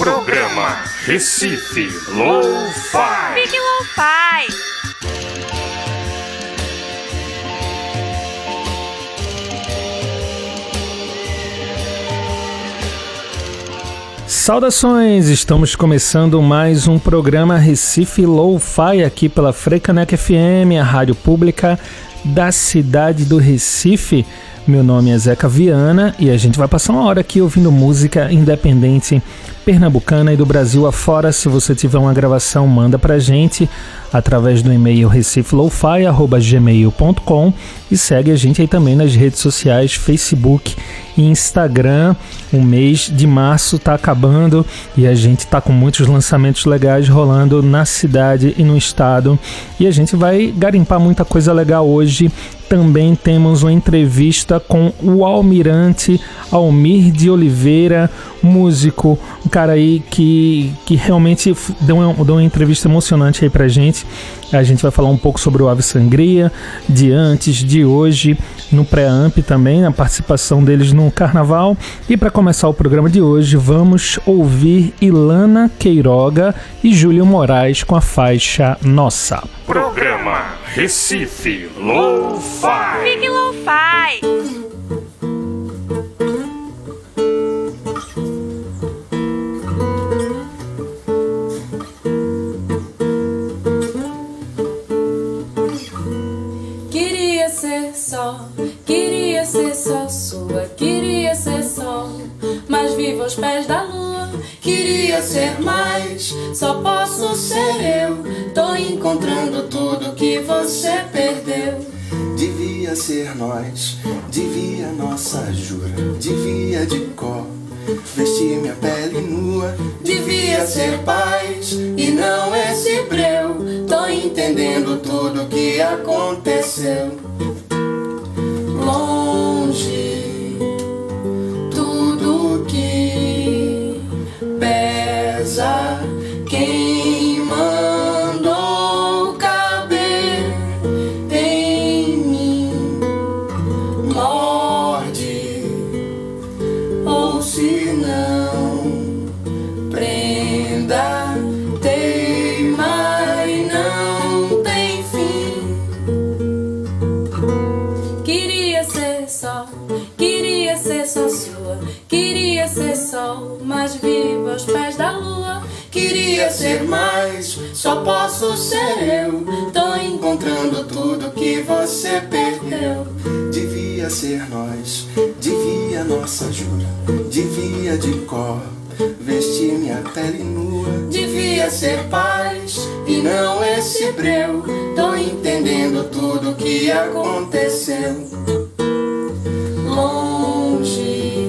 Programa Recife Lo-Fi. Fique Lo-Fi. Saudações! Estamos começando mais um programa Recife Lo-Fi aqui pela Frecanec FM, a rádio pública da cidade do Recife. Meu nome é Zeca Viana e a gente vai passar uma hora aqui ouvindo música independente pernambucana e do Brasil afora. Se você tiver uma gravação, manda pra gente através do e-mail recifelofi@gmail.com e segue a gente aí também nas redes sociais, Facebook e Instagram. O mês de março tá acabando e a gente tá com muitos lançamentos legais rolando na cidade e no estado, e a gente vai garimpar muita coisa legal hoje. Também temos uma entrevista com o almirante Almir de Oliveira, músico, um cara aí que realmente deu uma entrevista emocionante aí pra gente. A gente vai falar um pouco sobre o Ave Sangria, de antes, de hoje, no pré-amp também, na participação deles no Carnaval. E para começar o programa de hoje, vamos ouvir Ilana Queiroga e Júlio Moraes com a faixa Nossa. Programa Recife Lo-Fi. Fique Lo-Fi. Queria ser só sua, queria ser só, mas vivo aos pés da lua. Queria ser mais, só posso ser eu. Tô encontrando tudo que você perdeu. Devia ser nós, devia nossa jura, devia de cor vestir minha pele nua. Devia ser paz e não esse breu. Tô entendendo tudo que aconteceu. Longe, tudo que pesa, quem mandou caber em mim, morde, ou se não, prenda, teima e não tem fim. Queria ser só sua, queria ser sol, mas vivo aos pés da lua. Queria ser mais, só posso ser eu. Tô encontrando tudo que você perdeu. Devia ser nós, devia nossa jura, devia de cor vestir minha pele nua. Devia ser paz e não esse breu. Tô entendendo tudo que aconteceu. Longe,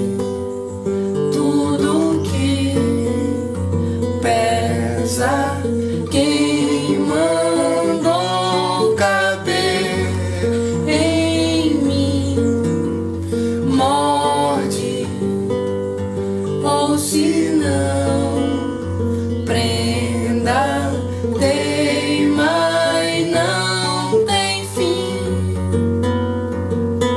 tudo que pesa, quem mandou caber em mim, morde, ou se não, prenda, teima e não tem fim.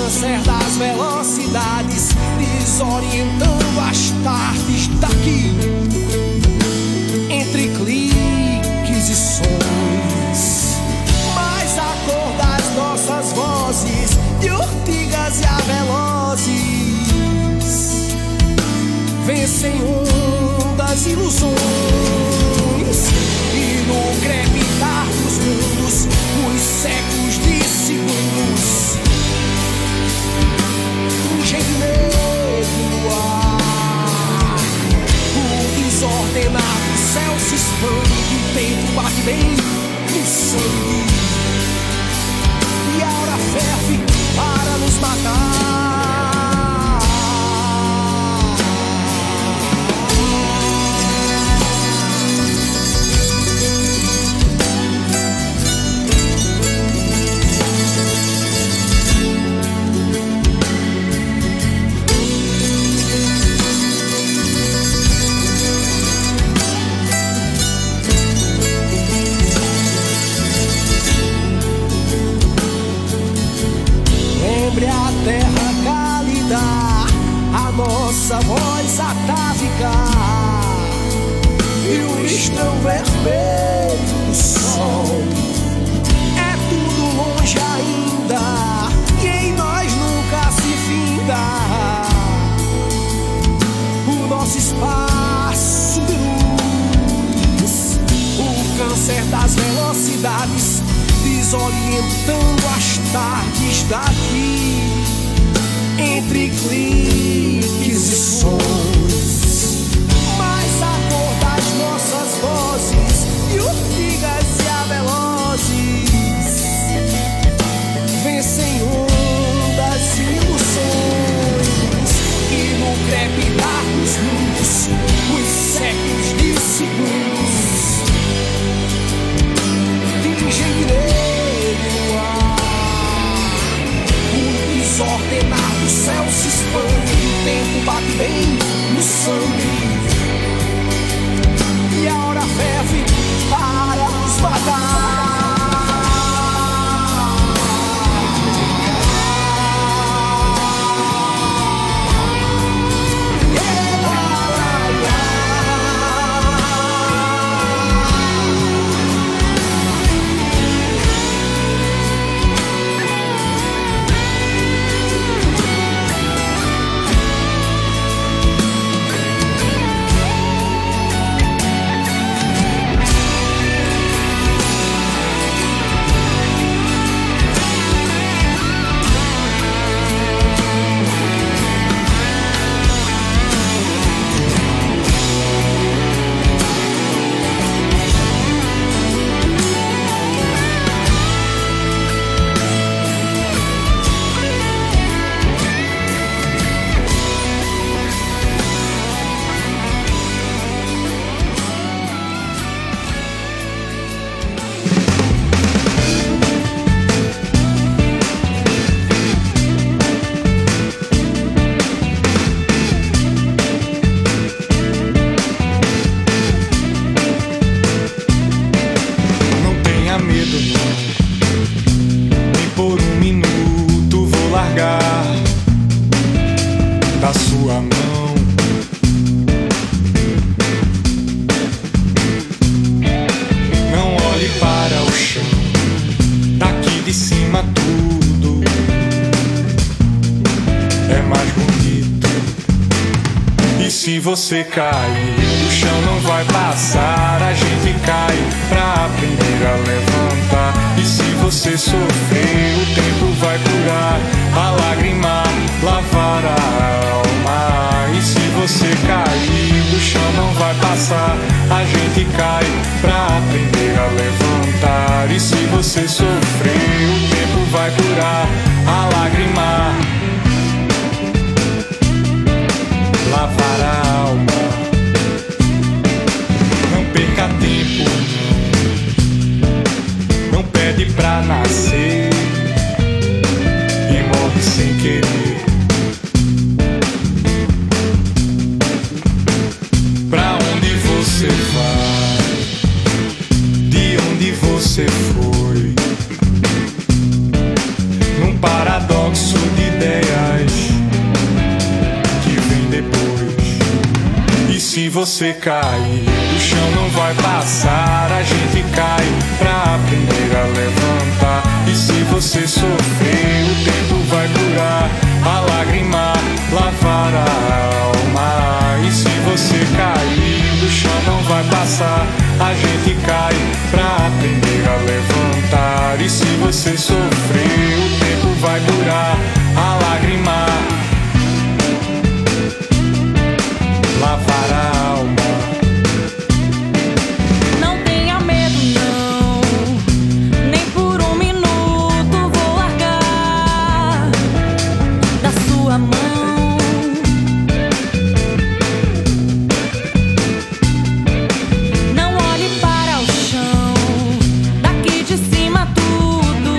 câncer das velocidades, desorientando as tardes daqui, entre cliques e sons. Mas a cor das nossas vozes, de urtigas e avelozes, vencem ondas, ilusões, e no crepitar dos mundos, os séculos de segundos, no ar, o desordenado céu se expande, o tempo bate bem no sangue, e a hora ferve para nos matar. A terra cálida, a nossa voz atávica, e o listrão vermelho do sol. É tudo longe ainda, e em nós nunca se finda o nosso espaço de luz. O câncer das velocidades, desorientando as tardes daqui, entre cliques e sons. Mas a cor das nossas vozes, de urtigas e avelozes, vencem ondas e ilusões, e no crepitar dos mundos, os séculos de segundos, desordenado, o céu se expande, o tempo bate bem no sangue, e a hora ferve para nos matar. Se você cair, o chão não vai passar. A gente cai pra aprender a levantar. E se você sofrer, o tempo vai curar. A lágrima lavar a alma. E se você cair, o chão não vai passar. A gente cai pra aprender a levantar. E se você sofrer, o tempo vai curar. A lágrima lavar a alma. Não perca tempo, não pede pra nascer e morre sem querer. Pra onde você vai? De onde você foi? Num paradoxo de você cair, o chão não vai passar. A gente cai pra aprender a levantar. E se você sofrer, o tempo vai curar. A lágrima lavar a alma. E se você cair, o chão não vai passar. A gente cai pra aprender a levantar. E se você sofrer, o tempo vai curar. A lágrima lavar a alma. Não tenha medo não, nem por um minuto vou largar da sua mão. Não olhe para o chão, daqui de cima tudo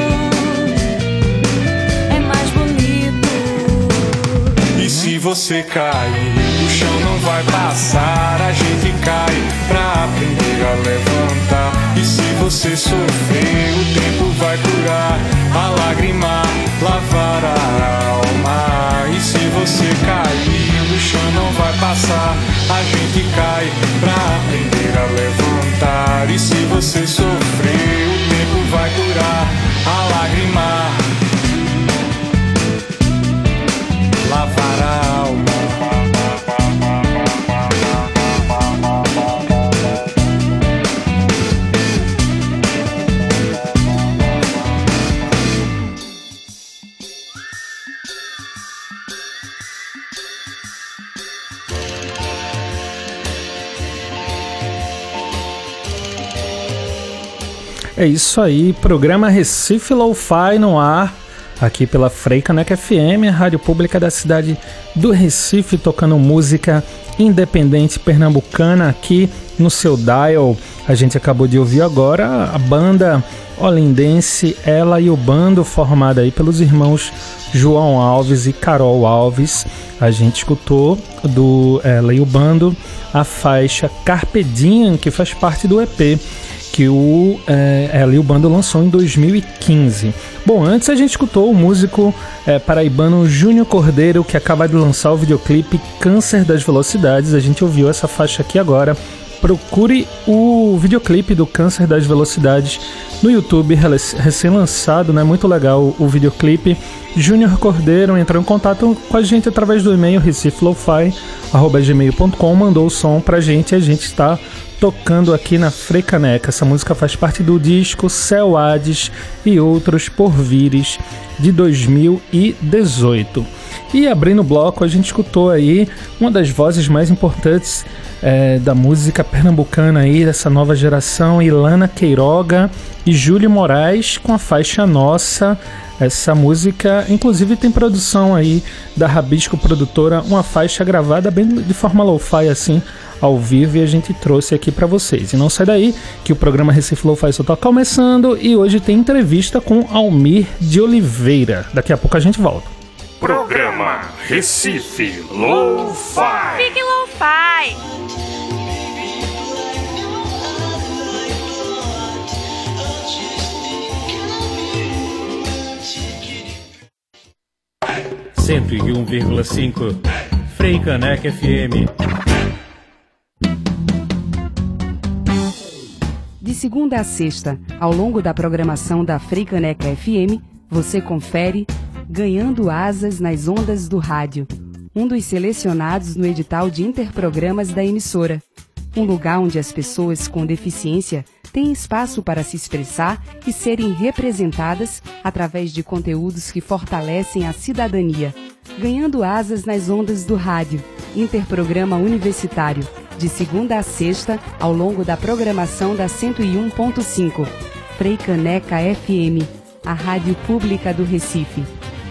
é mais bonito. E se você cair, o chão não vai passar. A gente cai pra aprender a levantar. E se você sofrer, o tempo vai curar. A lágrima lavar a alma. E se você cair, o chão não vai passar. A gente cai pra aprender a levantar. E se você sofrer, o tempo vai curar. A lágrima lavar a alma. É isso aí, programa Recife Lo-Fi no ar, aqui pela Freicaneca FM, a rádio pública da cidade do Recife, tocando música independente pernambucana aqui no seu dial. A gente acabou de ouvir agora a banda olindense Ela e o Bando, formada aí pelos irmãos João Alves e Carol Alves. A gente escutou do Ela e o Bando a faixa Carpe Diem, que faz parte do EP que Ela e o Bando lançou em 2015. Bom, antes a gente escutou o músico paraibano Júnior Cordeiro, que acaba de lançar o videoclipe Câncer das Velocidades. A gente ouviu essa faixa aqui agora. Procure o videoclipe do Câncer das Velocidades no YouTube, recém-lançado, né? Muito legal o videoclipe. Júnior Cordeiro entrou em contato com a gente através do e-mail recifelofi@gmail.com, mandou o som pra gente e a gente está tocando aqui na Freicaneca. Essa música faz parte do disco Céu Hades e Outros Porvires de 2018. E abrindo o bloco, a gente escutou aí uma das vozes mais importantes da música pernambucana aí, dessa nova geração, Ilana Queiroga e Júlio Moraes, com a faixa Nossa. Essa música, inclusive, tem produção aí da Rabisco Produtora, uma faixa gravada bem de forma lo-fi assim, ao vivo, e a gente trouxe aqui para vocês. E não sai daí, que o programa Recife Lo-Fi só tá começando e hoje tem entrevista com Almir de Oliveira. Daqui a pouco a gente volta. Programa Recife Lo-Fi. Fique Lo-Fi. Cento e 1,5 Freicaneca FM. De segunda a sexta, ao longo da programação da Freicaneca FM, você confere Ganhando Asas nas Ondas do Rádio, um dos selecionados no edital de interprogramas da emissora. Um lugar onde as pessoas com deficiência têm espaço para se expressar e serem representadas através de conteúdos que fortalecem a cidadania. Ganhando Asas nas Ondas do Rádio, interprograma universitário, de segunda a sexta, ao longo da programação da 101.5. Freicaneca FM, a rádio pública do Recife.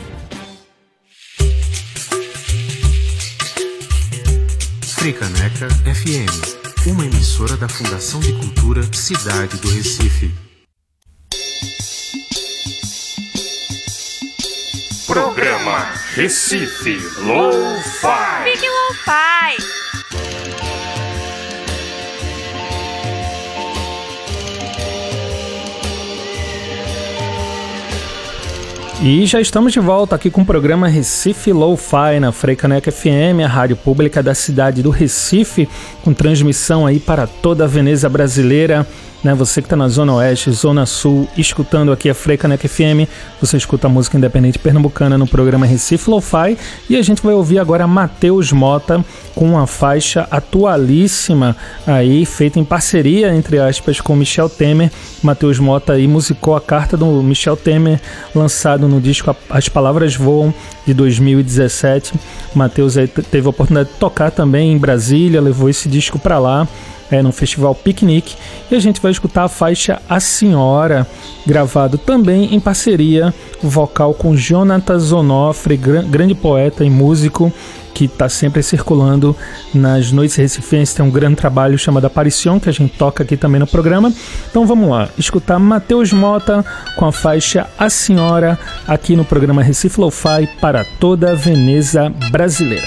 Freicaneca FM, uma emissora da Fundação de Cultura Cidade do Recife. Programa Recife Lo-Fi. Fique Lo-Fi. E já estamos de volta aqui com o programa Recife Lo-Fi na Freicaneca FM, a rádio pública da cidade do Recife, com transmissão aí para toda a Veneza brasileira. Né? Você que está na Zona Oeste, Zona Sul, escutando aqui a Freicaneca FM, você escuta a música independente pernambucana no programa Recife Lo-Fi. E a gente vai ouvir agora Matheus Mota com uma faixa atualíssima aí, feita em parceria, entre aspas, com Michel Temer. Matheus Mota aí musicou a carta do Michel Temer, lançado no disco As Palavras Voam, de 2017. Matheus aí teve a oportunidade de tocar também em Brasília, levou esse disco para lá, no Festival Piquenique, e a gente vai escutar a faixa A Senhora, gravado também em parceria vocal com Jonatas Onofre, grande poeta e músico que está sempre circulando nas noites recifenses. Tem um grande trabalho chamado Aparição, que a gente toca aqui também no programa. Então vamos lá, escutar Matheus Mota com a faixa A Senhora, aqui no programa Recife Lo-Fi para toda a Veneza brasileira.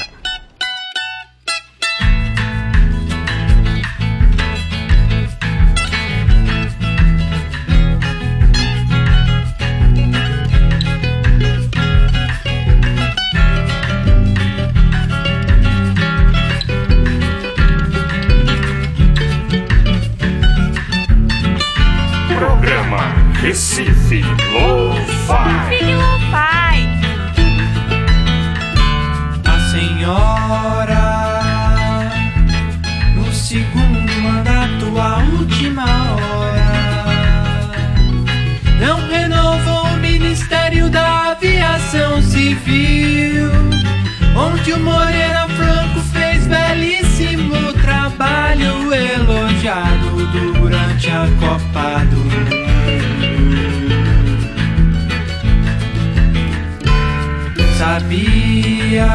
Recife Lo-Fi. Fique Lo-Fi. A senhora, no segundo mandato, a última hora, não renovou o Ministério da Aviação Civil, onde o Moreira Franco fez belíssimo trabalho, elogiado durante a Copa do Mundo. Sabia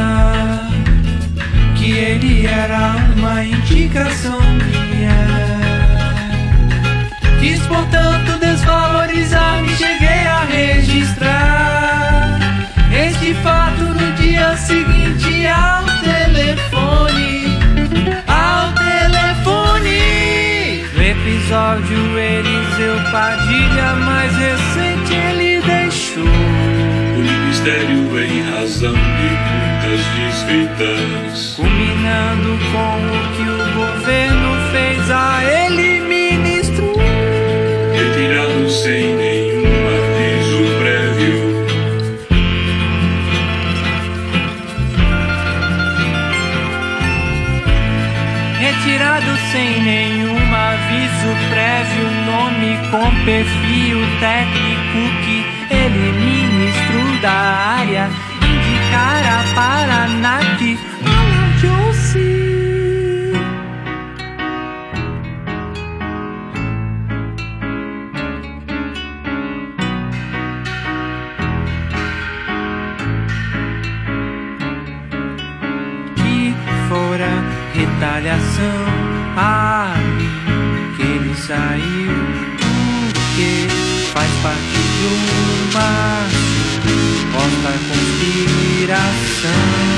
que ele era uma indicação minha. Quis, portanto, desvalorizar-me, cheguei a registrar este fato no dia seguinte ao telefone. Ao telefone! No episódio Eliseu Padilha mais recente ele deixou o ministério em razão de muitas desfeitas, culminando com o que o governo fez a ele, ministro, retirado sem nenhum aviso prévio. Retirado sem nenhum aviso prévio, nome com perfil técnico que ele, ministro da área, indicara para a NAC Alan Johnson. Que fora retaliação a mim que ele saiu, porque faz parte de uma suposta conspiração.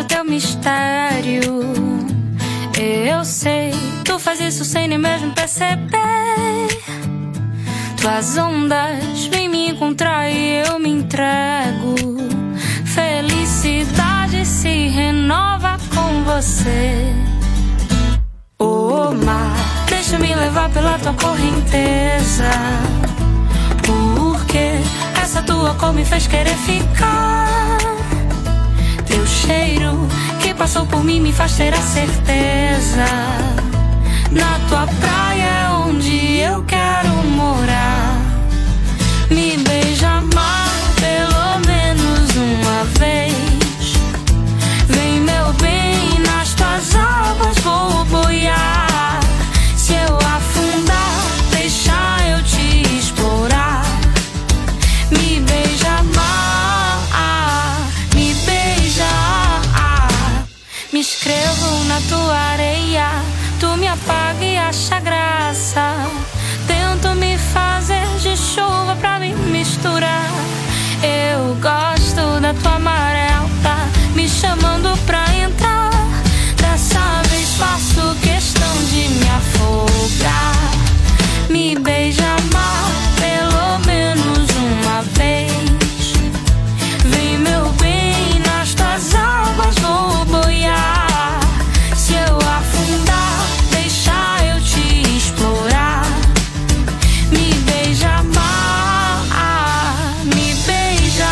pro teu mistério. Eu sei, tu faz isso sem nem mesmo perceber. Tuas ondas vêm me encontrar e eu me entrego. Felicidade se renova com você. Oh mar, deixa-me levar pela tua correnteza. Porque essa tua cor me fez querer ficar. Teu cheiro que passou por mim me faz ter a certeza. Na tua praia é onde eu quero morar. Me beija mar pelo menos uma vez. Vem meu bem, nas tuas águas vou boiar. Se eu afundar, deixa eu te explorar. Me beija mar, me beija. Me escrevo na tua areia, tu me apaga e acha graça. Tento me fazer de chuva pra me misturar. Eu gosto da tua maré alta, me chamando pra entrar. Dessa vez faço questão de me afogar. Me beija mar pelo menos uma vez. Vem meu bem, nas tuas águas vou boiar. Se eu afundar, deixa eu te explorar. Me beija mar, me beija.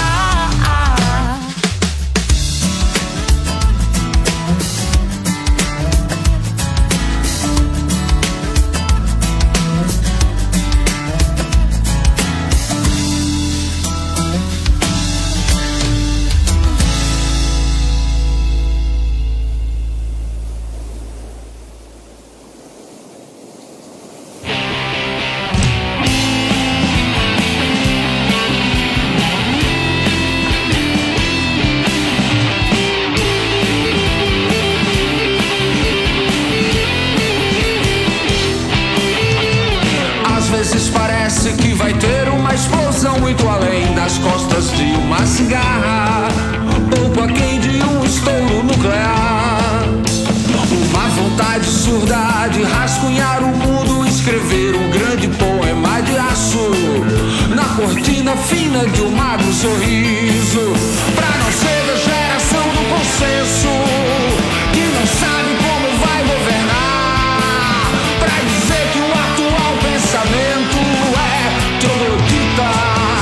Parece que vai ter uma explosão muito além das costas de uma cigarra, pouco aquém de um estouro nuclear. Uma vontade surda de rascunhar o mundo, escrever um grande poema de aço na cortina fina de um magro sorriso. Pra não ser da geração do consenso, que não sabe como vai governar. Pra dizer que o atual pensamento troglodita.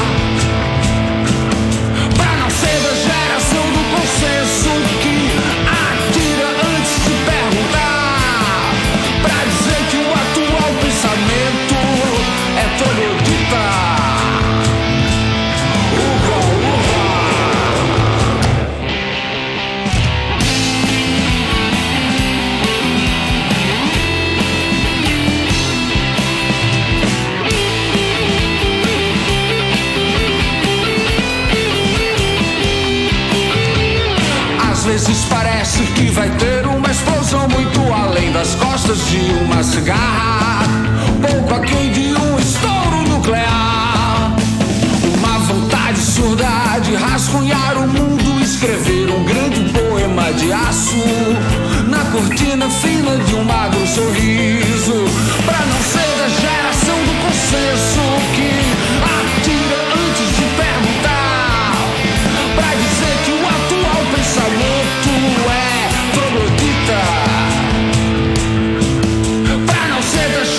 Pra não ser da geração do consenso, que atira antes de perguntar. Pra dizer que o atual pensamento é troglodita. Às vezes parece que vai ter uma explosão muito além das costas de uma cigarra, pouco aquém de um estouro nuclear. Uma vontade surda de rascunhar o mundo, escrever um grande poema de aço na cortina fina de um magro sorriso. Pra não ser da geração do consenso, que atira antes de perguntar. Pra dizer que o atual pensamento é troglodita. Pra não ser da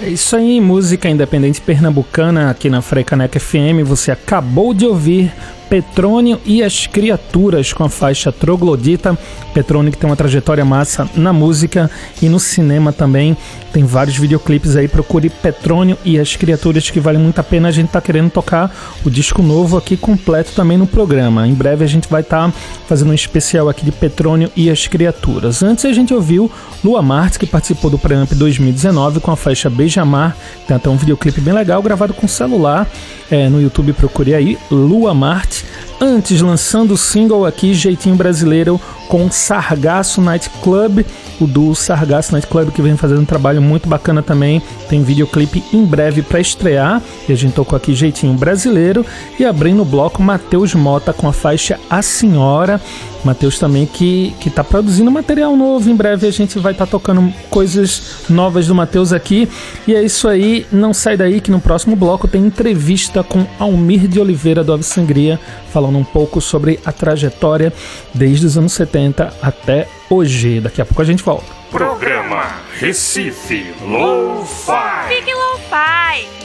É isso aí, música independente pernambucana aqui na Freicaneca FM. Você acabou de ouvir Petrônio e as Criaturas com a faixa Troglodita. Petrônio que tem uma trajetória massa na música e no cinema também. Tem vários videoclipes aí, procure Petrônio e as Criaturas que vale muito a pena. A gente tá querendo tocar o disco novo aqui completo também no programa. Em breve a gente vai estar fazendo um especial aqui de Petrônio e as Criaturas. Antes a gente ouviu Lua Marte, que participou do Preamp 2019 com a faixa Beija-Mar. Tem até um videoclipe bem legal gravado com celular. No YouTube procure aí Lua Marte. Antes, lançando o single aqui, Jeitinho Brasileiro com Sargasso Night Club, o duo Sargasso Night Club, que vem fazendo um trabalho muito bacana também. Tem videoclipe em breve para estrear, e a gente tocou aqui Jeitinho Brasileiro. E abrindo o bloco, Matheus Mota com a faixa A Senhora. Matheus também que tá produzindo material novo. Em breve a gente vai estar tocando coisas novas do Matheus aqui. E é isso aí, não sai daí que no próximo bloco tem entrevista com Almir de Oliveira do Ave Sangria, falando um pouco sobre a trajetória desde os anos 70 até hoje. Daqui a pouco a gente volta. Programa Recife Lo-Fi. Fique Lo-Fi.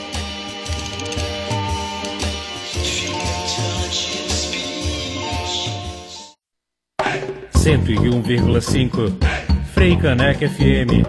101,5 Freicaneca FM.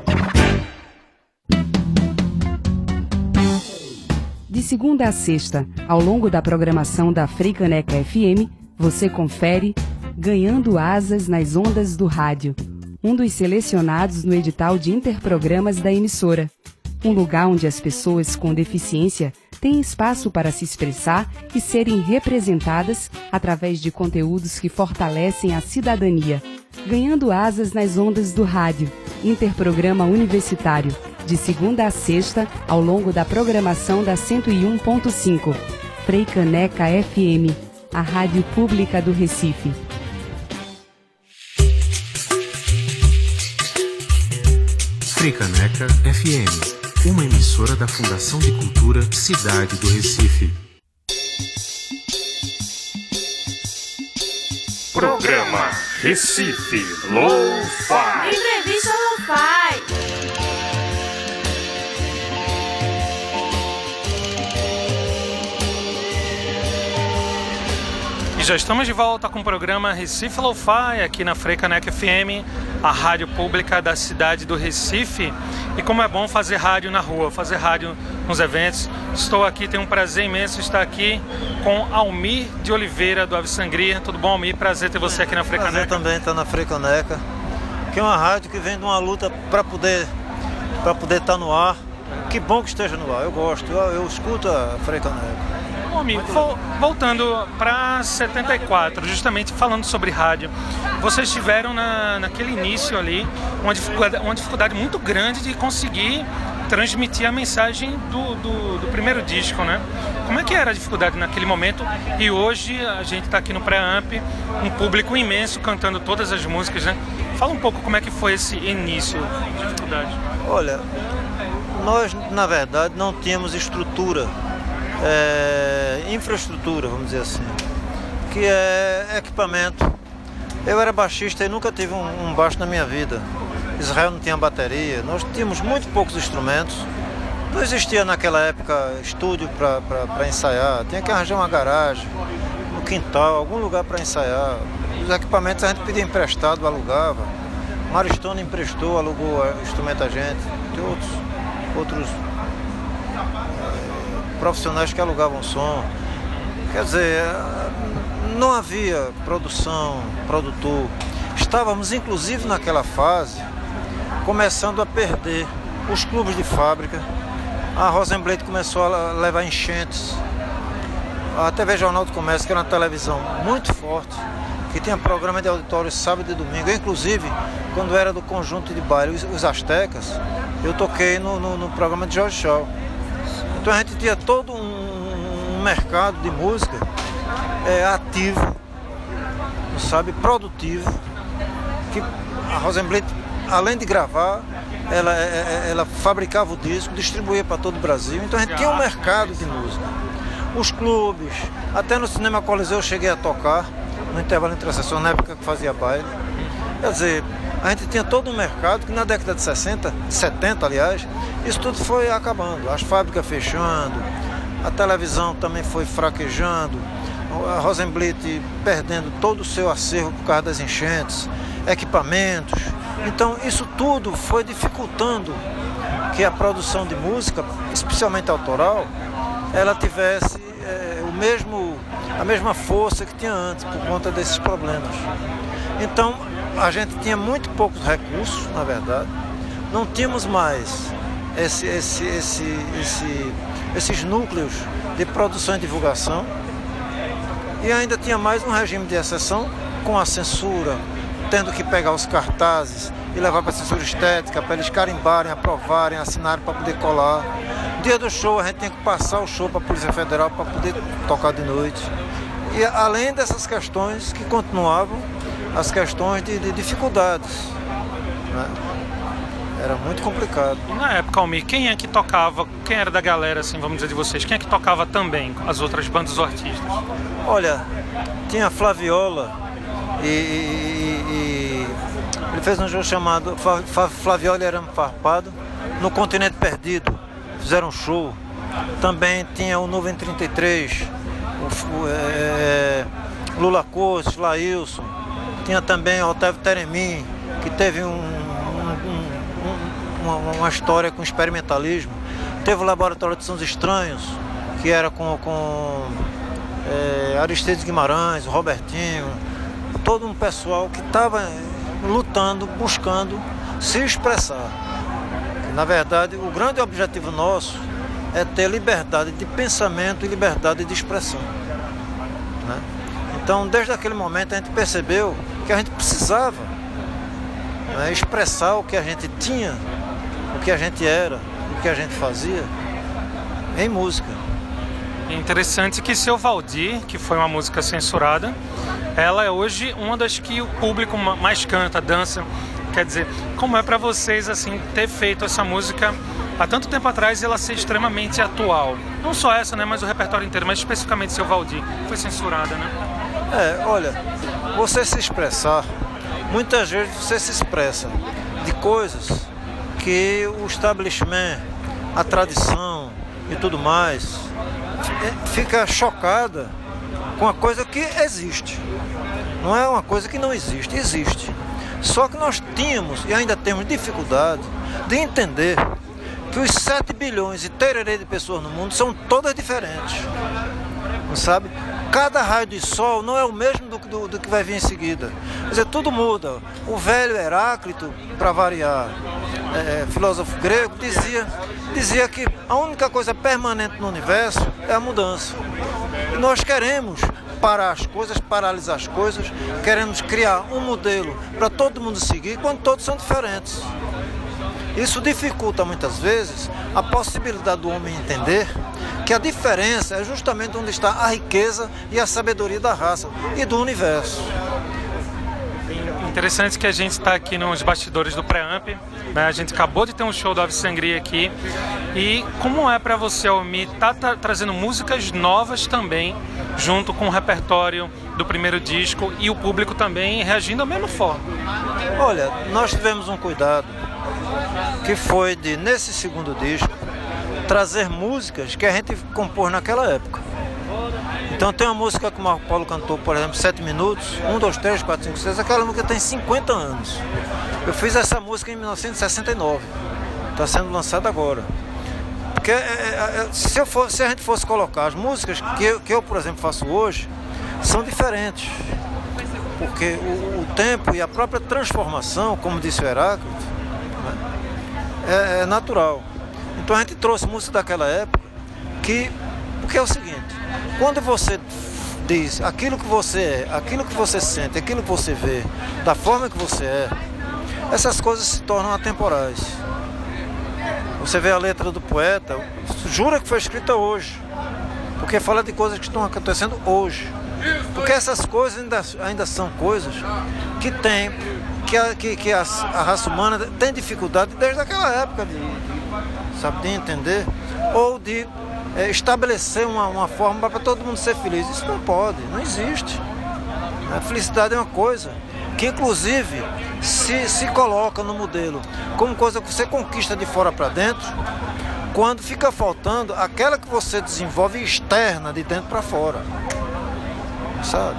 De segunda a sexta, ao longo da programação da Freicaneca FM, você confere Ganhando Asas nas Ondas do Rádio, um dos selecionados no edital de interprogramas da emissora. Um lugar onde as pessoas com deficiência têm espaço para se expressar e serem representadas através de conteúdos que fortalecem a cidadania. Ganhando Asas nas Ondas do Rádio, interprograma universitário, de segunda a sexta, ao longo da programação da 101.5. Freicaneca FM, a rádio pública do Recife. Freicaneca FM, uma emissora da Fundação de Cultura Cidade do Recife. Programa Recife Lo-Fi. Entrevista Lo-Fi. E já estamos de volta com o programa Recife Lo-Fi aqui na Freicaneca FM, a rádio pública da cidade do Recife. E como é bom fazer rádio na rua, fazer rádio nos eventos. Estou aqui, tenho um prazer imenso estar aqui com Almir de Oliveira do Ave Sangria. Tudo bom, Almir? Prazer ter você aqui na Freicaneca. Prazer também estar na Freicaneca, que é uma rádio que vem de uma luta para poder estar no ar. Que bom que esteja no ar, eu gosto, eu escuto a Freicaneca. Bom, amigo, voltando para 74, justamente falando sobre rádio, vocês tiveram naquele início ali uma dificuldade muito grande de conseguir transmitir a mensagem do primeiro disco, né? Como é que era a dificuldade naquele momento? E hoje a gente está aqui no Preamp, um público imenso cantando todas as músicas, né? Fala um pouco como é que foi esse início de dificuldade. Olha, nós na verdade não tínhamos estrutura, infraestrutura, vamos dizer assim, que é equipamento. Eu era baixista e nunca tive um baixo na minha vida. Israel não tinha bateria, nós tínhamos muito poucos instrumentos. Não existia naquela época estúdio para ensaiar, tinha que arranjar uma garagem, no quintal, algum lugar para ensaiar. Os equipamentos a gente pedia emprestado, alugava. Maristone emprestou, alugou instrumento a gente. Tem outros profissionais que alugavam som. Quer dizer, não havia produção, produtor. Estávamos inclusive naquela fase começando a perder os clubes de fábrica. A Rosenblatt começou a levar enchentes. A TV Jornal do Comércio, que era uma televisão muito forte, que tinha programa de auditório sábado e domingo. Eu, inclusive, quando era do conjunto de baile, os Aztecas, eu toquei no programa de Jorge Shaw. Então a gente tinha todo um mercado de música ativo, sabe, produtivo, que a Rosenblatt, além de gravar, ela fabricava o disco, distribuía para todo o Brasil. Então a gente tinha um mercado de música. Os clubes, até no Cinema Coliseu eu cheguei a tocar, no intervalo entre as sessões, na época que fazia baile. Quer dizer, a gente tinha todo um mercado que na década de 70, aliás, isso tudo foi acabando. As fábricas fechando, a televisão também foi fraquejando, a Rosenblit perdendo todo o seu acervo por causa das enchentes, equipamentos. Então isso tudo foi dificultando que a produção de música, especialmente autoral, ela tivesse a mesma força que tinha antes, por conta desses problemas. Então a gente tinha muito poucos recursos, na verdade, não tínhamos mais esses núcleos de produção e divulgação, e ainda tinha mais um regime de exceção, com a censura, tendo que pegar os cartazes e levar para a censura estética, para eles carimbarem, aprovarem, assinarem para poder colar. Dia do show a gente tinha que passar o show para a Polícia Federal para poder tocar de noite. E além dessas questões que continuavam, as questões de dificuldades, né? Era muito complicado. E na época, Almir, quem é que tocava, quem era da galera, assim, vamos dizer, de vocês, quem é que tocava também as outras bandas ou artistas? Olha, tinha a Flaviola e ele fez um jogo chamado Flaviola e Arame Farpado no Continente Perdido, fizeram um show. Também tinha o Nuvem 33, Lula Cortes, Laílson, tinha também o Otávio Teremim, que teve uma história com experimentalismo. Teve o Laboratório de Sons Estranhos, que era com Aristides Guimarães, o Robertinho, todo um pessoal que estava lutando, buscando se expressar. Na verdade, o grande objetivo nosso é ter liberdade de pensamento e liberdade de expressão, né? Então, desde aquele momento, a gente percebeu que a gente precisava, né, expressar o que a gente tinha, o que a gente era, o que a gente fazia em música. É interessante que Seu Valdir, que foi uma música censurada, ela é hoje uma das que o público mais canta, dança. Quer dizer, como é para vocês assim ter feito essa música há tanto tempo atrás e ela ser extremamente atual? Não só essa, né, mas o repertório inteiro, mas especificamente Seu Valdir, foi censurada, né? Olha, você se expressar, muitas vezes você se expressa de coisas que o establishment, a tradição e tudo mais, fica chocada com a coisa que existe. Não é uma coisa que não existe, existe. Só que nós tínhamos e ainda temos dificuldade de entender que os 7 bilhões e tererê de pessoas no mundo são todas diferentes. Não sabe? Cada raio de sol não é o mesmo do que vai vir em seguida. Quer dizer, tudo muda. O velho Heráclito, para variar, filósofo grego, dizia que a única coisa permanente no universo é a mudança. E nós queremos parar as coisas, paralisar as coisas, queremos criar um modelo para todo mundo seguir, quando todos são diferentes. Isso dificulta muitas vezes a possibilidade do homem entender que a diferença é justamente onde está a riqueza e a sabedoria da raça e do universo. Interessante que a gente está aqui nos bastidores do Preamp, né? A gente acabou de ter um show do Ave Sangria aqui. E como é para você, Almir, tá trazendo músicas novas também, junto com o repertório do primeiro disco e o público também reagindo da mesma forma? Olha, nós tivemos um cuidado que foi de, nesse segundo disco, trazer músicas que a gente compôs naquela época. Então tem uma música que o Marco Paulo cantou, por exemplo, 7 minutos, 1, 2, 3, 4, 5, 6, aquela música tem 50 anos. Eu fiz essa música em 1969, está sendo lançada agora. Porque se a gente fosse colocar as músicas que eu, por exemplo, faço hoje, são diferentes. Porque o tempo e a própria transformação, como disse o Heráclito, né, é natural. Então a gente trouxe música daquela época, porque é o seguinte, quando você diz aquilo que você é, aquilo que você sente, aquilo que você vê, da forma que você é, essas coisas se tornam atemporais. Você vê a letra do poeta, jura que foi escrita hoje, porque fala de coisas que estão acontecendo hoje. Porque essas coisas ainda são coisas que tem, que a raça humana tem dificuldade desde aquela época de entender, ou de estabelecer uma forma para todo mundo ser feliz. Isso não pode, não existe. A felicidade é uma coisa que inclusive se coloca no modelo como coisa que você conquista de fora para dentro, quando fica faltando aquela que você desenvolve externa, de dentro para fora, sabe?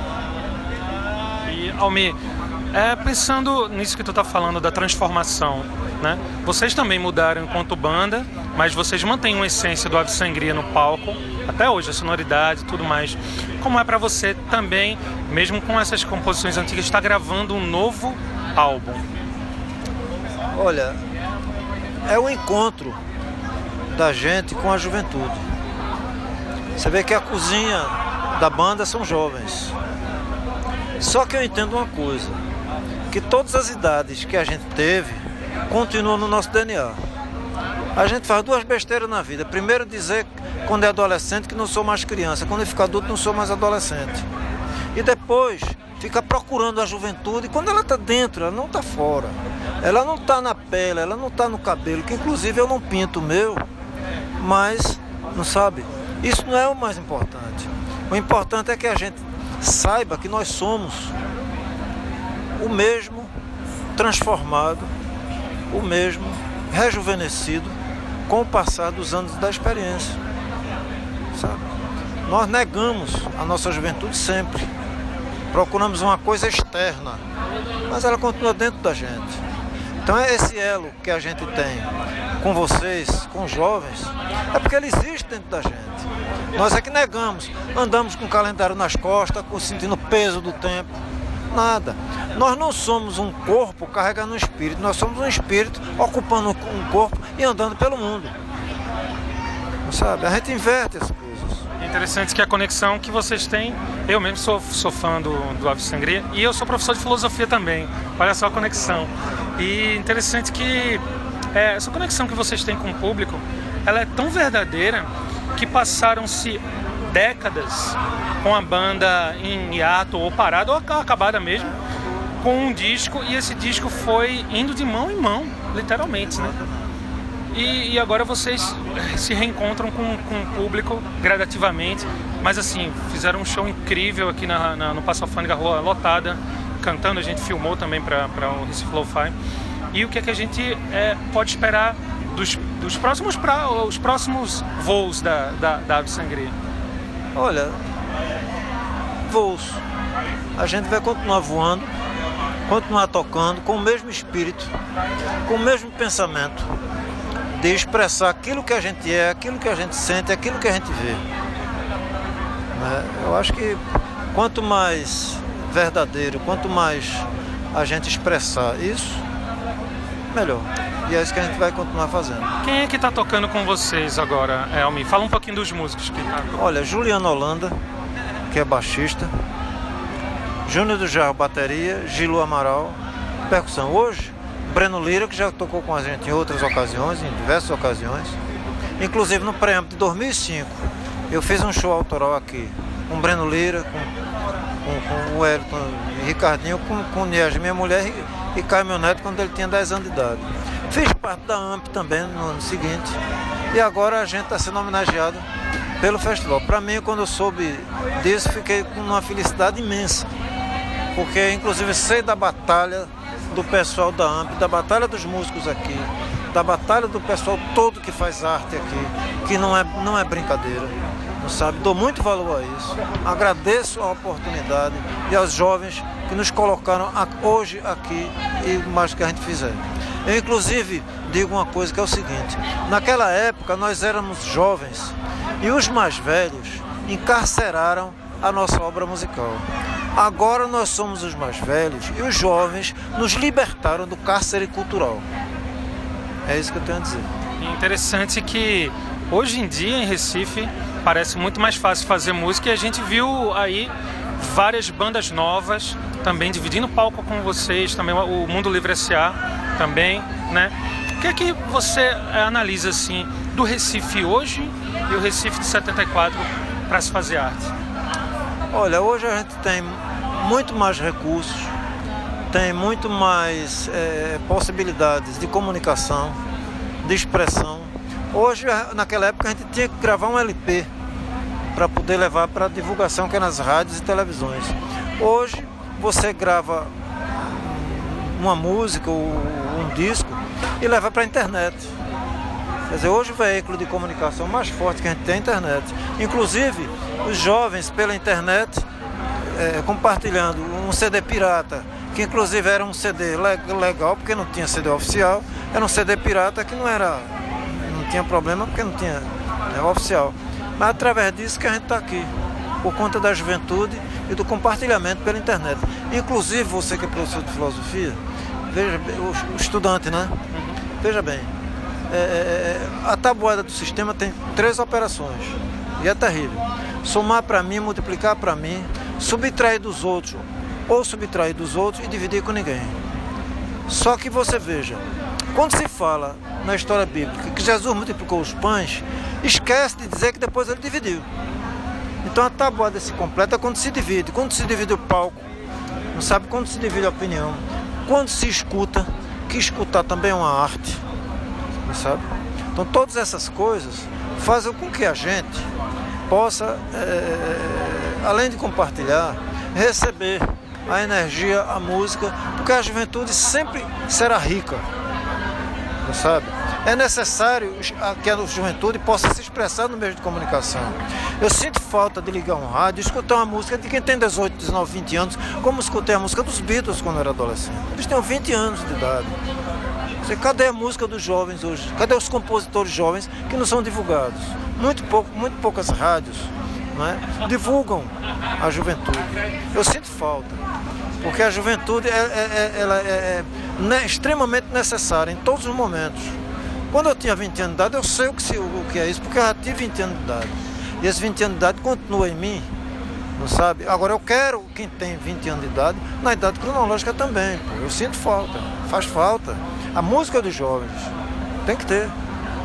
E, Almir, pensando nisso que tu tá falando da transformação, né? Vocês também mudaram enquanto banda, mas vocês mantêm uma essência do Ave Sangria no palco, até hoje, a sonoridade e tudo mais. Como é pra você também, mesmo com essas composições antigas, estar gravando um novo álbum? Olha, é o encontro da gente com a juventude. Você vê que a cozinha da banda são jovens. Só que eu entendo uma coisa, que todas as idades que a gente teve continuam no nosso DNA. A gente faz duas besteiras na vida. Primeiro, dizer quando é adolescente que não sou mais criança, quando eu fico adulto não sou mais adolescente. E depois fica procurando a juventude, quando ela está dentro, ela não está fora. Ela não está na pele, ela não está no cabelo, que inclusive eu não pinto o meu, mas, não sabe, isso não é o mais importante. O importante é que a gente saiba que nós somos o mesmo transformado, o mesmo rejuvenescido com o passar dos anos da experiência, sabe? Nós negamos a nossa juventude sempre, procuramos uma coisa externa, mas ela continua dentro da gente. Então esse elo que a gente tem com vocês, com os jovens, é porque ele existe dentro da gente. Nós é que negamos, andamos com o calendário nas costas, sentindo o peso do tempo. Nada. Nós não somos um corpo carregando um espírito, nós somos um espírito ocupando um corpo e andando pelo mundo. Sabe? A gente inverte as coisas. Interessante que a conexão que vocês têm, eu mesmo sou fã do Ave Sangria e eu sou professor de filosofia também. Olha só a conexão. E interessante que essa conexão que vocês têm com o público, ela é tão verdadeira que passaram-se décadas com a banda em hiato ou parada ou acabada mesmo, com um disco, e esse disco foi indo de mão em mão, literalmente, né? E agora vocês se reencontram com o público gradativamente, mas assim, fizeram um show incrível aqui no Passo Alfândega, rua lotada, cantando, a gente filmou também para o Recife Lo-Fi. E o que é que a gente pode esperar dos próximos os próximos voos da Ave Sangria? Olha, voos. A gente vai continuar voando, continuar tocando com o mesmo espírito, com o mesmo pensamento de expressar aquilo que a gente é, aquilo que a gente sente, aquilo que a gente vê. Eu acho que quanto mais verdadeiro, quanto mais a gente expressar isso, melhor. E é isso que a gente vai continuar fazendo. Quem é que está tocando com vocês agora, Almir? Fala um pouquinho dos músicos que tá. Olha, Juliano Holanda, que é baixista, Júnior do Jarro, bateria, Gilu Amaral, percussão. Hoje, Breno Lira, que já tocou com a gente em outras ocasiões, em diversas ocasiões. Inclusive no preâmbulo de 2005, eu fiz um show autoral aqui, com Breno Lira, com o Elton e Ricardinho, com o Niege, minha mulher, e Caio, meu neto, quando ele tinha 10 anos de idade. Fiz parte da AMP também no ano seguinte, e agora a gente está sendo homenageado pelo festival. Para mim, quando eu soube disso, fiquei com uma felicidade imensa, porque inclusive sei da batalha do pessoal da AMP, da batalha dos músicos aqui, da batalha do pessoal todo que faz arte aqui, que não é brincadeira, não sabe? Dou muito valor a isso, agradeço a oportunidade e aos jovens que nos colocaram hoje aqui e mais que a gente fizer. Eu inclusive digo uma coisa que é o seguinte: naquela época nós éramos jovens e os mais velhos encarceraram a nossa obra musical. Agora nós somos os mais velhos e os jovens nos libertaram do cárcere cultural. É isso que eu tenho a dizer. E interessante que hoje em dia em Recife parece muito mais fácil fazer música, e a gente viu aí várias bandas novas também dividindo palco com vocês, também o Mundo Livre S.A. também, né? O que é que você analisa assim do Recife hoje e o Recife de 74 para se fazer arte? Olha, hoje a gente tem muito mais recursos, tem muito mais possibilidades de comunicação, de expressão. Hoje, naquela época, a gente tinha que gravar um LP para poder levar para divulgação, que é nas rádios e televisões. Hoje, você grava uma música ou um disco e leva para a internet. Quer dizer, hoje o veículo de comunicação mais forte que a gente tem é a internet. Inclusive, os jovens pela internet compartilhando um CD pirata, que inclusive era um CD legal, porque não tinha CD oficial, era um CD pirata que não tinha problema, porque não tinha oficial. Mas através disso que a gente está aqui, por conta da juventude e do compartilhamento pela internet. Inclusive, você que é professor de filosofia, veja bem, o estudante, né? Veja bem, a tabuada do sistema tem 3 operações, e é terrível. Somar para mim, multiplicar para mim, subtrair dos outros, ou subtrair dos outros e dividir com ninguém. Só que você veja, quando se fala na história bíblica que Jesus multiplicou os pães, esquece de dizer que depois ele dividiu. Então a tabuada se completa quando se divide o palco, não sabe, quando se divide a opinião, quando se escuta, que escutar também é uma arte, não sabe? Então todas essas coisas fazem com que a gente possa, além de compartilhar, receber a energia, a música, porque a juventude sempre será rica, não sabe? É necessário que a juventude possa se expressar no meio de comunicação. Eu sinto falta de ligar um rádio e escutar uma música de quem tem 18, 19, 20 anos, como escutei a música dos Beatles quando eu era adolescente. Eles têm 20 anos de idade. Cadê a música dos jovens hoje? Cadê os compositores jovens que não são divulgados? Muito poucas rádios, não é, divulgam a juventude. Eu sinto falta, porque a juventude ela é extremamente necessária em todos os momentos. Quando eu tinha 20 anos de idade, eu sei o que é isso, porque eu já tive 20 anos de idade. E esses 20 anos de idade continuam em mim, não sabe? Agora eu quero quem tem 20 anos de idade, na idade cronológica também. Pô. Eu sinto falta, faz falta. A música dos jovens tem que ter.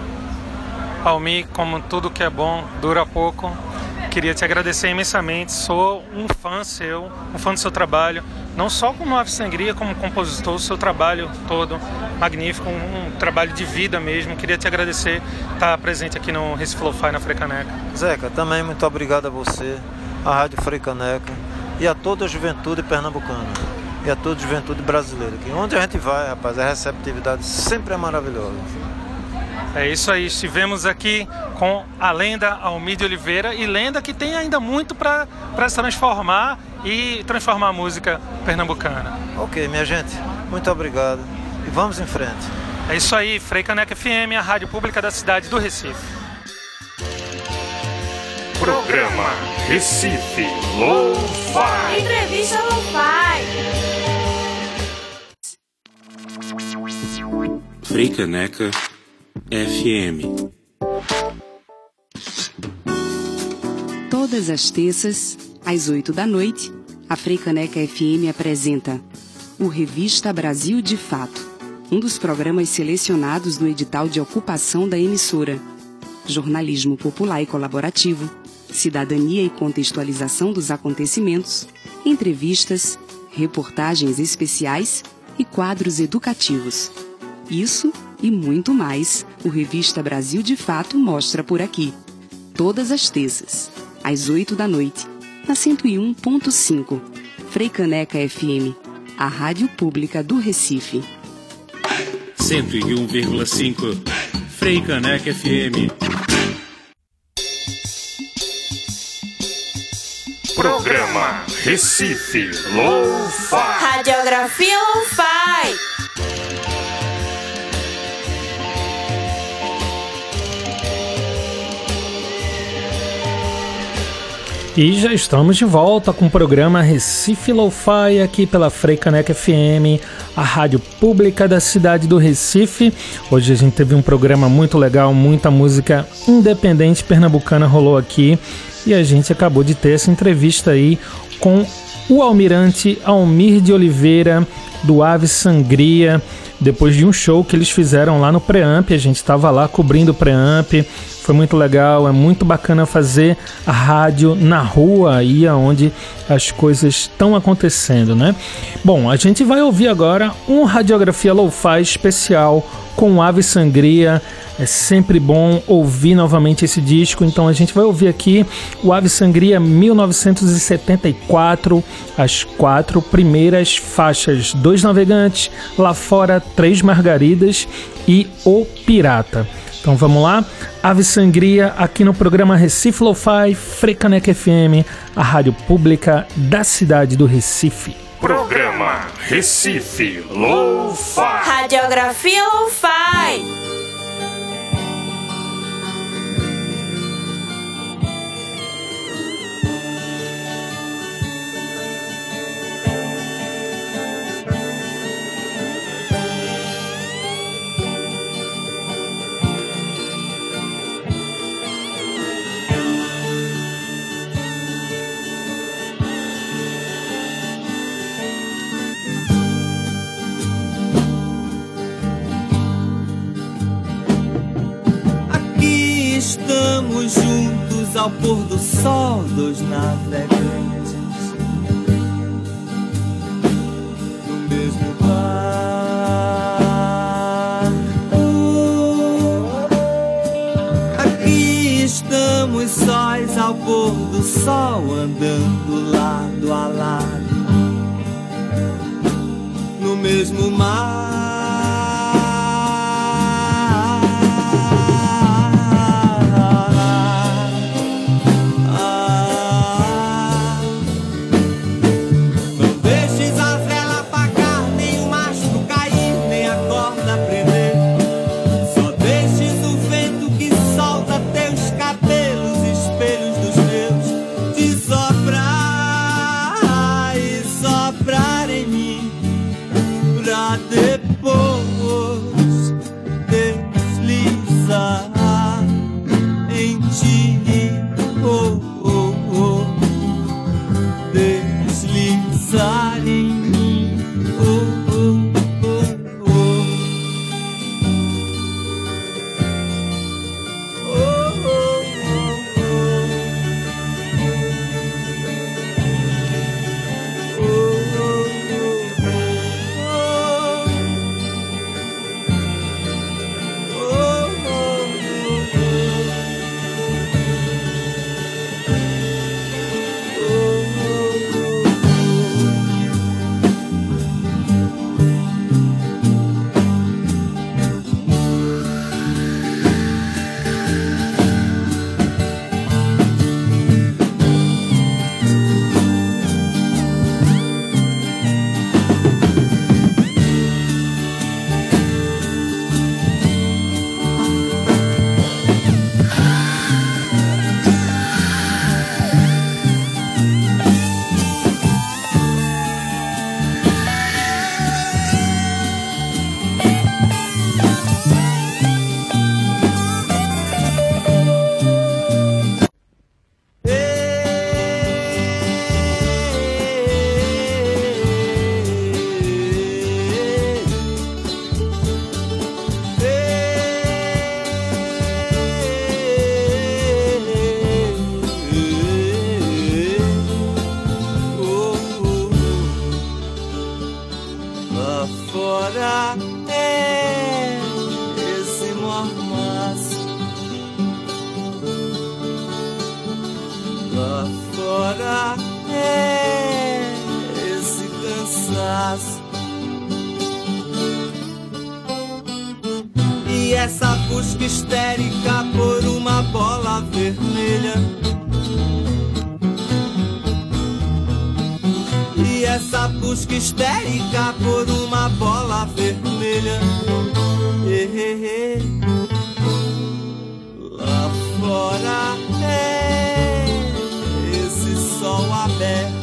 Almir, como tudo que é bom dura pouco, queria te agradecer imensamente. Sou um fã seu, um fã do seu trabalho, não só como ave sangria, como compositor, o seu trabalho todo magnífico, um trabalho de vida mesmo. Queria te agradecer estar presente aqui no Recife Lo-Fi na Freicaneca. Zeca, também muito obrigado a você, à Rádio Freicaneca e a toda a juventude pernambucana e a toda a juventude brasileira. Que onde a gente vai, rapaz, a receptividade sempre é maravilhosa. É isso aí, estivemos aqui com a lenda Almir de Oliveira, e lenda que tem ainda muito para se transformar e transformar a música pernambucana. Ok, minha gente, muito obrigado e vamos em frente. É isso aí, Freicaneca FM, a rádio pública da cidade do Recife. Programa Recife Lo-Fi. Entrevista Lo-Fi. Freicaneca FM. Todas as terças, às 8 da noite, a Freicaneca FM apresenta o Revista Brasil de Fato, um dos programas selecionados no edital de ocupação da emissora. Jornalismo popular e colaborativo, cidadania e contextualização dos acontecimentos, entrevistas, reportagens especiais e quadros educativos. Isso e muito mais, o Revista Brasil de Fato mostra por aqui. Todas as terças, às 8 da noite, na 101.5, Freicaneca FM, a rádio pública do Recife. 101,5, Freicaneca FM. Programa Recife Lo-Fi. Radiografia Lo-Fi. E já estamos de volta com o programa Recife Lo-Fi aqui pela Freicaneca FM, a rádio pública da cidade do Recife. Hoje a gente teve um programa muito legal, muita música independente pernambucana rolou aqui. E a gente acabou de ter essa entrevista aí com o almirante Almir de Oliveira, do Ave Sangria, depois de um show que eles fizeram lá no Preamp. A gente estava lá cobrindo o Preamp, Foi muito legal, é muito bacana fazer a rádio na rua, aí onde as coisas estão acontecendo, né? Bom, a gente vai ouvir agora um Radiografia Lo-Fi especial com Ave Sangria. É sempre bom ouvir novamente esse disco, então a gente vai ouvir aqui o Ave Sangria 1974, as 4 primeiras faixas: Dois Navegantes, Lá Fora, Três Margaridas e O Pirata. Então vamos lá, Ave Sangria aqui no programa Recife Lo-Fi, Frecaneca FM, a rádio pública da cidade do Recife. Programa Recife Lo-Fi. Radiografia Lo-Fi. Estamos juntos ao pôr do sol, dois navegantes no mesmo bar. Aqui estamos sós ao pôr do sol, andando lado a lado no mesmo mar. E essa busca histérica por uma bola vermelha. E essa busca histérica por uma bola vermelha. Lá fora é esse sol aberto.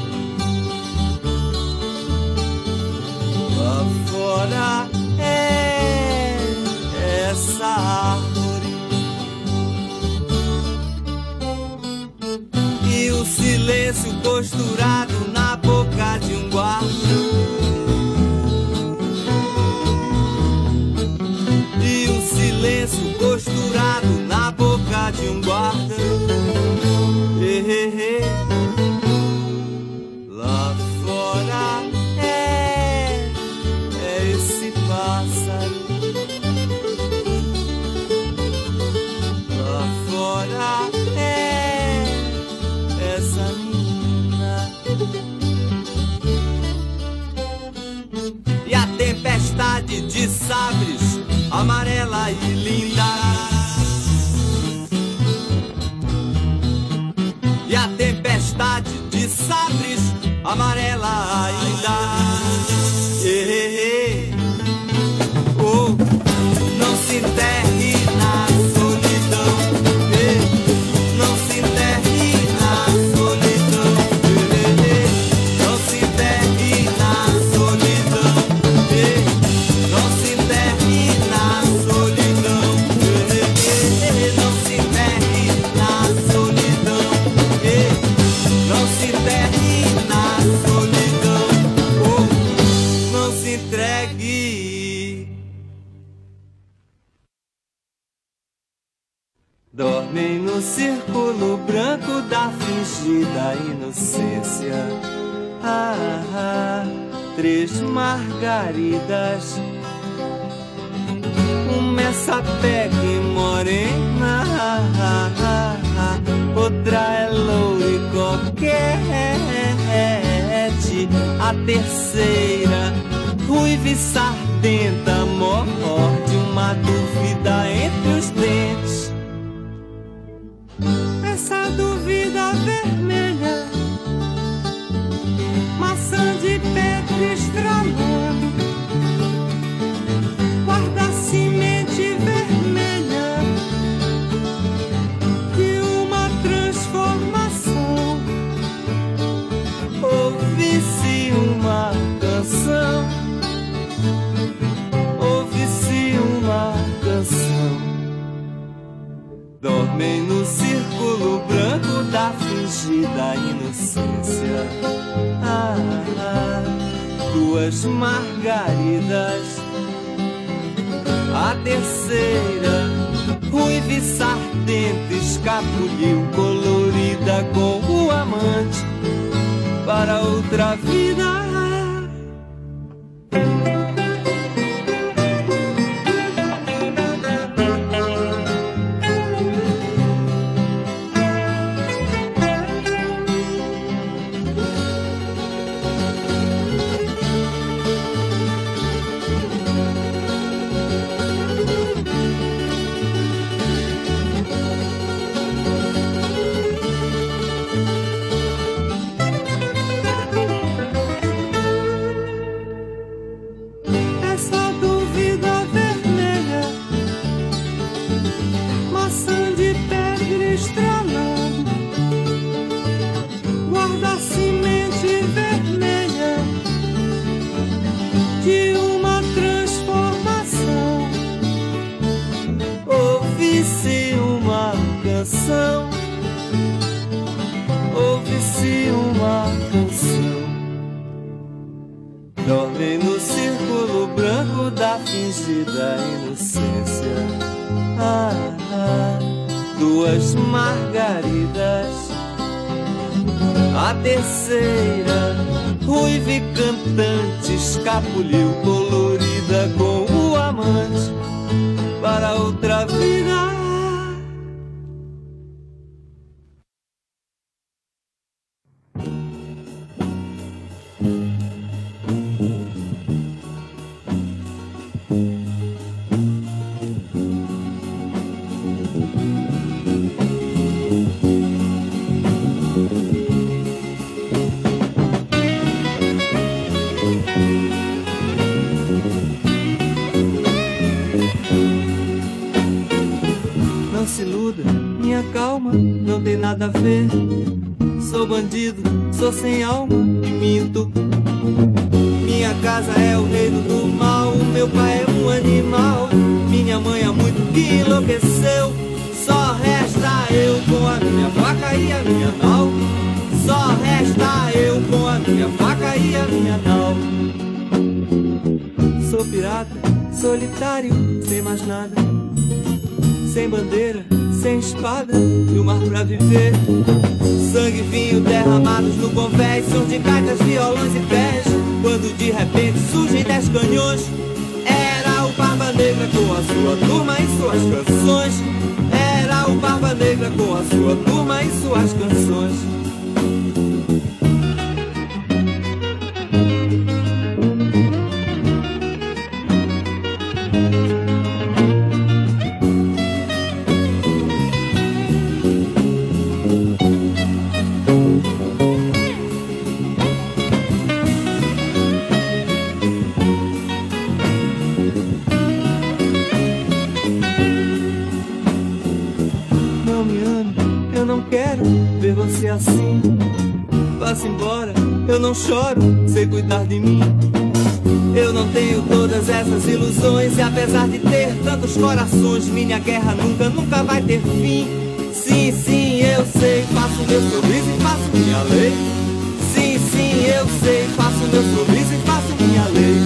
Lá fora é essa árvore. E o silêncio costurado na boca de um guarda. E o silêncio costurado na boca tempestade de sabres, amarela e linda. E a tempestade de sabres, amarela ainda. Oh, não se enterre na solidão. Não se enterre na solidão. Não se enterre na solidão. Não se enterre na solidão. Não se enterre na solidão. Não se enterre na solidão. Oh, não se entregue. Dormem no círculo branco da fingida inocência. Três margaridas, uma é sapeque morena, outra é loura e coquete, a terceira ruiva e sardenta, morde uma dúvida entre os dentes. Essa dúvida vermelha, maçã de pedra estralando, guarda semente vermelha de uma transformação. Ouve-se uma canção, ouve-se uma canção. Dormem no círculo branco da fingida inocência. Duas margaridas, a terceira ruiva e sardenta, escapuliu colorida com o amante para outra vida. Ouve-se uma canção. Dormem no círculo branco da fingida inocência. Duas margaridas, a terceira ruiva e cantante, escapuliu colorida com o amante para outra vida. Não se iluda, minha calma, não tem nada a ver. Sou bandido, sou sem alma, minto. Minha casa é o reino do mal, meu pai é um animal, minha mãe há muito que enlouqueceu. Só resta eu com a minha faca e a minha nau. Só resta eu com a minha faca e a minha nau. Sou pirata, solitário, sem mais nada, sem bandeira, sem espada e o mar pra viver. Sangue e vinho derramados no convés, sons de gaitas, violões e pés. Quando de repente surgem 10 canhões, era o Barba Negra com a sua turma e suas canções. Era o Barba Negra com a sua turma e suas canções. quero ver você assim. Vá-se embora, eu não choro, sei cuidar de mim. Eu não tenho todas essas ilusões, e apesar de ter tantos corações, minha guerra nunca vai ter fim. Sim, sim, eu sei, faço meu sorriso e faço minha lei. Sim, sim, eu sei, faço meu sorriso e faço minha lei.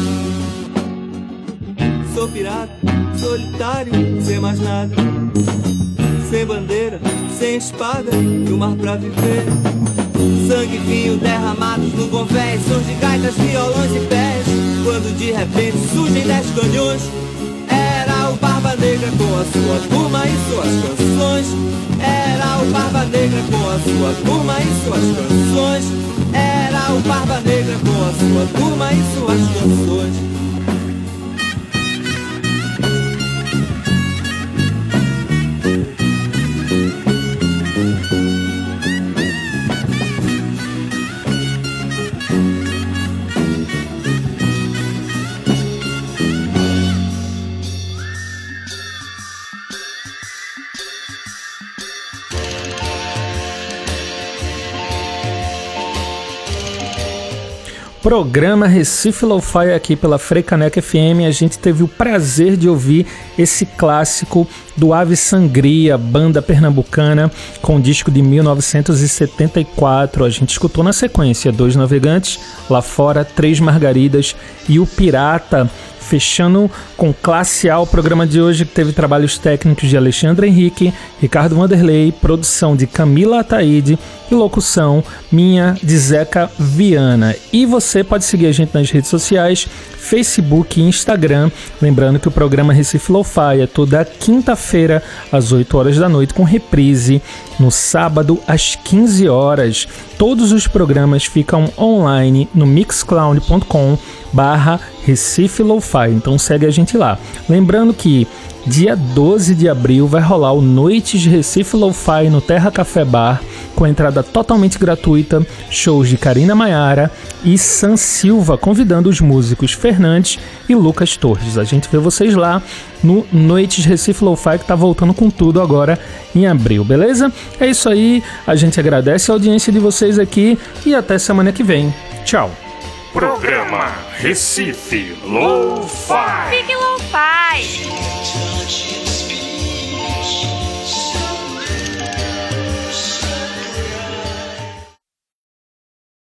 Sou pirata, solitário, sem mais nada, sem bandeira, sem espada e o mar pra viver. Sangue e vinho derramados no convés, sons de gaitas, violões e pés. Quando de repente surgem 10 canhões, era o Barba Negra com a sua turma e suas canções. Era o Barba Negra com a sua turma e suas canções. Era o Barba Negra com a sua turma e suas canções. Programa Recife Lo-Fi aqui pela Freicaneca FM. A gente teve o prazer de ouvir esse clássico do Ave Sangria, banda pernambucana, com o disco de 1974. A gente escutou na sequência Dois Navegantes, Lá Fora, Três Margaridas e O Pirata. Fechando com classe A o programa de hoje, que teve trabalhos técnicos de Alexandre Henrique, Ricardo Vanderlei, produção de Camila Ataíde e locução minha de Zeca Viana. E você pode seguir a gente nas redes sociais, Facebook e Instagram. Lembrando que o programa Recife Lo-Fi é toda quinta-feira às 8 horas da noite, com reprise no sábado às 15 horas. Todos os programas ficam online no mixcloud.com/Recife Lo-Fi, então segue a gente lá. Lembrando que dia 12 de abril vai rolar o Noites de Recife Lo-Fi no Terra Café Bar, com entrada totalmente gratuita, shows de Karina Maiara e San Silva, convidando os músicos Fernandes e Lucas Torres. A gente vê vocês lá no Noites de Recife Lo-Fi, que tá voltando com tudo agora em abril, beleza? É isso aí, a gente agradece a audiência de vocês aqui e até semana que vem. Tchau! Programa Recife Lo-Fi.